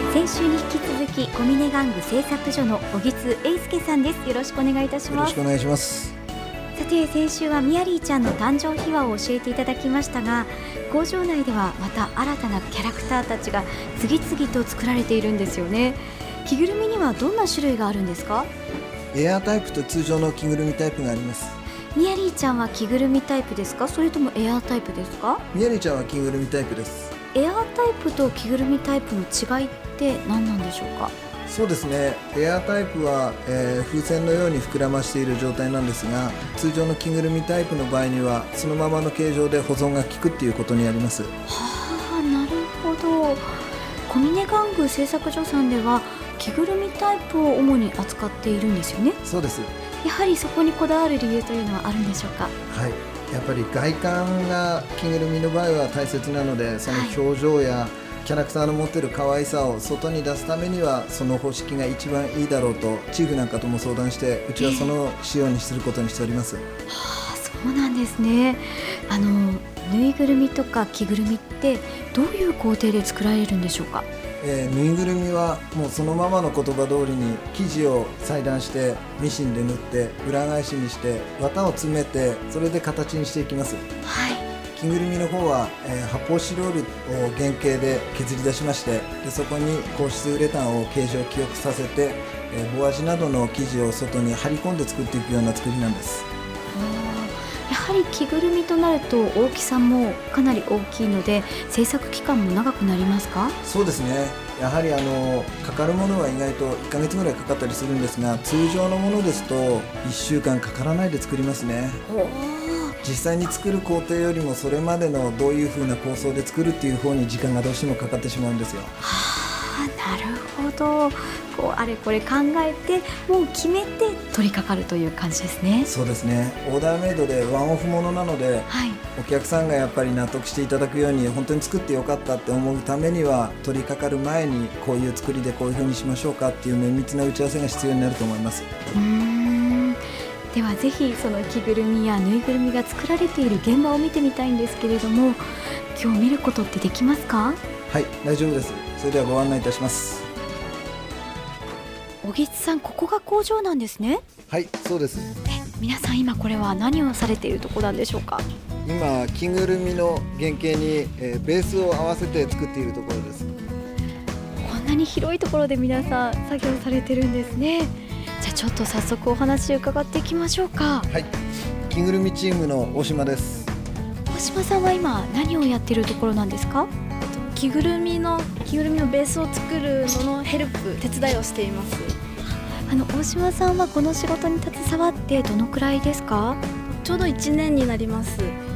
先週に引き続き小峰玩具製作所の小木津英介さんです。よろしくお願いいたします。 よろしくお願いします。 さて、先週はミヤリーちゃんの誕生秘話を教えていただきましたが、工場内ではまた新たなキャラクターたちが次々と作られているんですよね。着ぐるみにはどんな種類があるんですか？ エアータイプと通常の着ぐるみタイプがあります。 ミヤリーちゃんは着ぐるみタイプですか、それともエアータイプですか？ ミヤリーちゃんは着ぐるみタイプです。 エアータイプと着ぐるみタイプの違いって何なんでしょうか？ そうですね、エアータイプは、風船のように膨らましている状態なんですが、通常の着ぐるみタイプの場合にはそのままの形状で保存が効くっていうことになります。 はあ、なるほど。小峰玩具製作所さんでは着ぐるみタイプを主に扱っているんですよね。 そうです。 やはりそこにこだわる理由というのはあるんでしょうか？ はい、やっぱり外観が着ぐるみの場合は大切なので、その表情やキャラクターの持っている可愛さを外に出すためにはその方式が一番いいだろうとチーフなんかとも相談して、うちはその仕様にすることにしております。 はあ、そうなんですね。ぬいぐるみとか着ぐるみってどういう工程で作られるんでしょうか？ ぬいぐるみはもうそのままの言葉通りに生地を裁断してミシンで縫って裏返しにして綿を詰めて、それで形にしていきます。 はい。 着ぐるみの方は、発泡スチロールを原型で削り出しまして、でそこに硬質ウレタンを形状記憶させて、ボアジなどの生地を外に貼り込んで作っていくような作りなんです。 やはり着ぐるみとなると大きさもかなり大きいので制作期間も長くなりますか？ そうですね、やはりかかるものは意外と1ヶ月ぐらいかかったりするんですが、通常のものですと1週間かからないで作りますね。実際に作る工程よりもそれまでのどういう風な構想で作るっていう方に時間がどうしてもかかってしまうんですよ。 はあ、なるほど。こうあれこれ考えてもう決めて取り掛かるという感じですね。 そうですね、オーダーメイドでワンオフものなので、 はい、 お客さんがやっぱり納得していただくように本当に作ってよかったって思うためには、取り掛かる前にこういう作りでこういう風にしましょうかっていう綿密な打ち合わせが必要になると思います。 ではぜひその着ぐるみやぬいぐるみが作られている現場を見てみたいんですけれども、今日見ることってできますか？ はい、大丈夫です。それではご案内いたします。 小木津さん、ここが工場なんですね。 はい、そうです。 皆さん今これは何をされているところなんでしょうか？ 今着ぐるみの原型に、ベースを合わせて作っているところです。 こんなに広いところで皆さん作業されてるんですね。じゃあちょっと早速お話伺っていきましょうか。 はい、着ぐるみチームの大島です。 大島さんは今何をやっているところなんですか？ 着ぐるみのベースを作るののヘルプ手伝いをしています。 大島さんはこの仕事に携わってどのくらいですか？ ちょうど1年になります。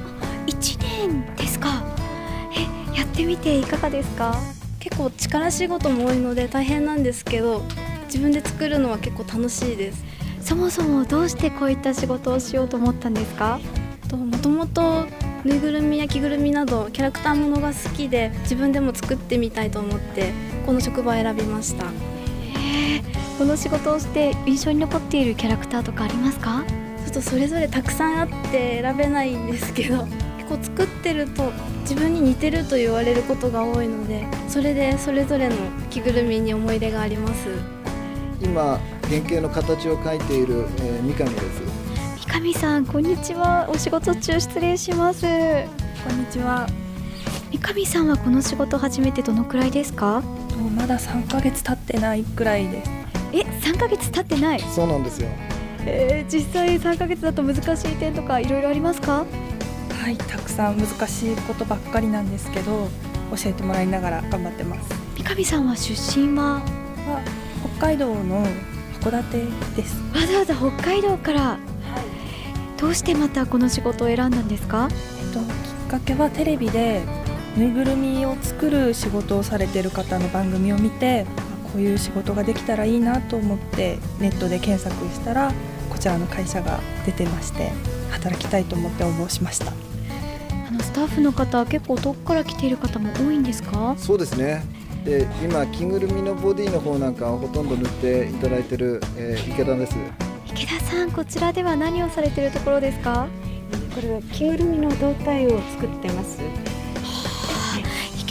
1年ですか？やってみていかがですか？ 結構力仕事も多いので大変なんですけど、自分で作るのは結構楽しいです。 そもそもどうしてこういった仕事をしようと思ったんですか？ もともとぬいぐるみや着ぐるみなどキャラクターものが好きで、自分でも作ってみたいと思ってこの職場を選びました。 この仕事をして印象に残っているキャラクターとかありますか？ ちょっとそれぞれたくさんあって選べないんですけど、結構作ってると自分に似てると言われることが多いので、それでそれぞれの着ぐるみに思い入れがあります。 今原型の形を描いている、三上です。 三上さん、こんにちは。お仕事中失礼します。 こんにちは。 三上さんはこの仕事始めてどのくらいですか？ まだ3ヶ月経ってないくらいです。 3ヶ月経ってない？ そうなんですよ。 実際3ヶ月だと難しい点とかいろいろありますか？ はい、たくさん難しいことばっかりなんですけど、教えてもらいながら頑張ってます。 三上さんは出身は北海道の函館です。 わざわざ北海道から、どうしてまたこの仕事を選んだんですか？ きっかけはテレビでぬいぐるみを作る仕事をされている方の番組を見て、こういう仕事ができたらいいなと思ってネットで検索したらこちらの会社が出てまして、働きたいと思って応募しました。 スタッフの方、結構遠くから来ている方も多いんですか？ そうですね。で、今着ぐるみのボディの方なんかをほとんど塗っていただいている、池田です。 池田さん、こちらでは何をされているところですか？ これは着ぐるみの胴体を作ってます。 池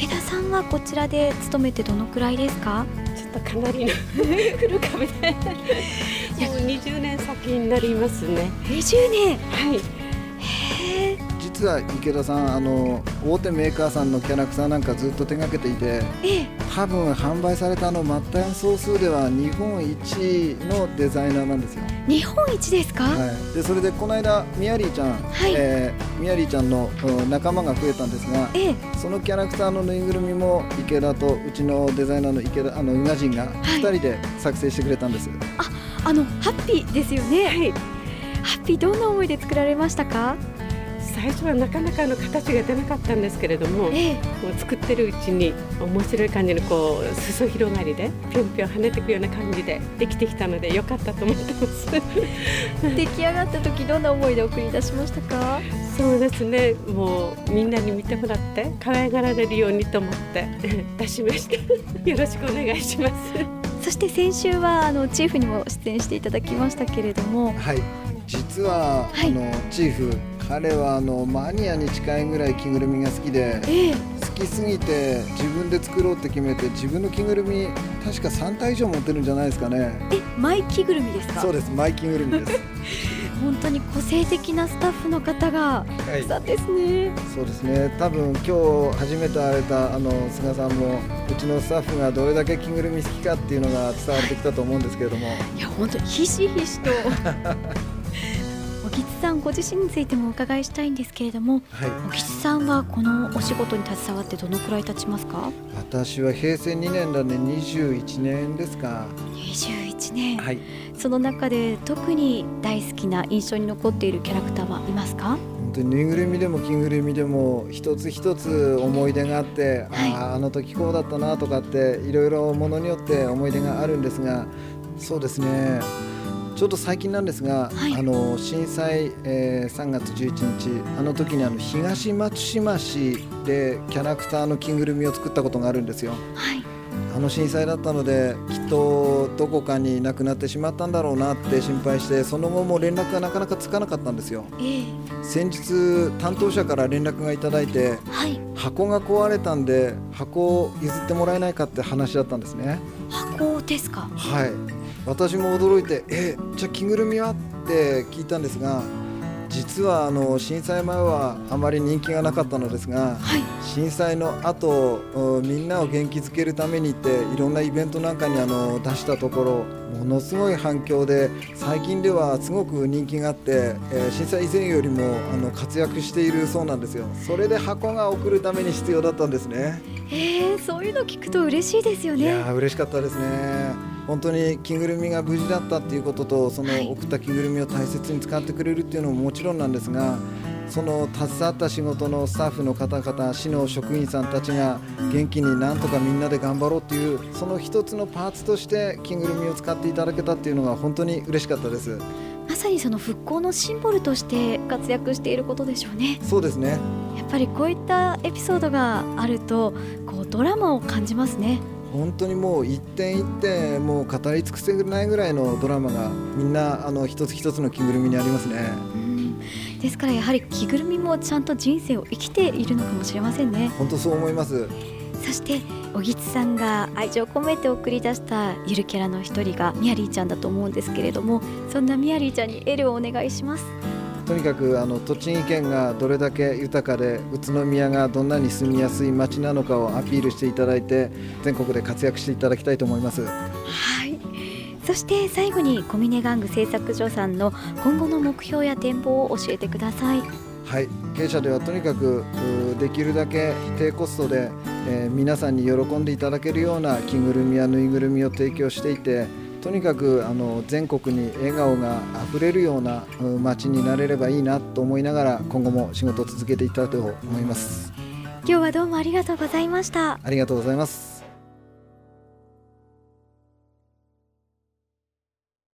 池田さんはこちらで勤めてどのくらいですか？ ちょっとかなりの古株でもう20年先になりますね。 20年。 はい。 へー。 実は池田さん大手メーカーさんのキャラクターなんかずっと手掛けていて、多分販売された末端総数では日本一のデザイナーなんですよ。 日本一ですか？ はい、でそれでこの間ミヤリーちゃん、ミヤリーちゃんの仲間が増えたんですが、そのキャラクターのぬいぐるみも池田とうちのデザイナーの池田宇賀神が2人で作成してくれたんです。 ハッピーですよね。 はい。 ハッピーどんな思いで作られましたか？ 最初はなかなか形が出なかったんですけれども、もう作ってるうちに面白い感じの裾広がりでぴょんぴょん跳ねていくような感じでできてきたので良かったと思ってます出来上がった時どんな思いで送り出しましたか？ そうですね、もうみんなに見てもらって可愛がられるようにと思って出しましたよろしくお願いします。 そして先週はチーフにも出演していただきましたけれども、 はい、実は、チーフ彼はマニアに近いぐらい着ぐるみが好きで、好きすぎて自分で作ろうって決めて自分の着ぐるみ確か3体以上持ってるんじゃないですかね。 マイ着ぐるみですか？ そうです、マイ着ぐるみです本当に個性的なスタッフの方がたくさんですね。 そうですね、多分今日初めて会われた菅さんもうちのスタッフがどれだけ着ぐるみ好きかっていうのが伝わってきたと思うんですけれども、 いや本当にひしひしと小吉さんご自身についてもお伺いしたいんですけれども、小吉さんはこのお仕事に携わってどのくらい経ちますか？ 私は平成2年なんで21年ですか。 21年、 はい。 その中で特に大好きな印象に残っているキャラクターはいますか？ 本当にぬいぐるみでも着ぐるみでも一つ一つ思い出があって、あの時こうだったなとかっていろいろものによって思い出があるんですが、そうですね、ちょっと最近なんですが、震災、3月11日あの時に東松島市でキャラクターの着ぐるみを作ったことがあるんですよ。震災だったのできっとどこかに亡くなってしまったんだろうなって心配して、その後も連絡がなかなかつかなかったんですよ。先日担当者から連絡がいただいて、箱が壊れたんで箱を譲ってもらえないかって話だったんですね。 箱ですか？ はい、私も驚いてじゃあ着ぐるみはって聞いたんですが、実は震災前はあまり人気がなかったのですが、震災の後みんなを元気づけるためにっていろんなイベントなんかに出したところものすごい反響で、最近ではすごく人気があって、震災以前よりも活躍しているそうなんですよ。それで箱が送るために必要だったんですね。 そういうの聞くと嬉しいですよね。 いや嬉しかったですね。本当に着ぐるみが無事だったっていうことと、その送った着ぐるみを大切に使ってくれるっていうのももちろんなんですが、その携わった仕事のスタッフの方々、市の職員さんたちが元気になんとかみんなで頑張ろうっていう、その一つのパーツとして着ぐるみを使っていただけたっていうのが本当に嬉しかったです。 まさにその復興のシンボルとして活躍していることでしょうね。 そうですね。 やっぱりこういったエピソードがあるとドラマを感じますね。 本当にもう一点一点もう語り尽くせないぐらいのドラマがみんな一つ一つの着ぐるみにありますね。 ですからやはり着ぐるみもちゃんと人生を生きているのかもしれませんね。 本当そう思います。 そして小吉さんが愛情を込めて送り出したゆるキャラの一人がミヤリーちゃんだと思うんですけれども、そんなミヤリーちゃんにエールをお願いします。 とにかく栃木県がどれだけ豊かで、宇都宮がどんなに住みやすい街なのかをアピールしていただいて、全国で活躍していただきたいと思います。 そして最後に小峰玩具製作所さんの今後の目標や展望を教えてください。 弊社ではとにかくできるだけ低コストで、皆さんに喜んでいただけるような着ぐるみやぬいぐるみを提供していて、とにかく全国に笑顔があふれるような街になれればいいなと思いながら、今後も仕事を続けていきたいと思います。 今日はどうもありがとうございました。 ありがとうございます。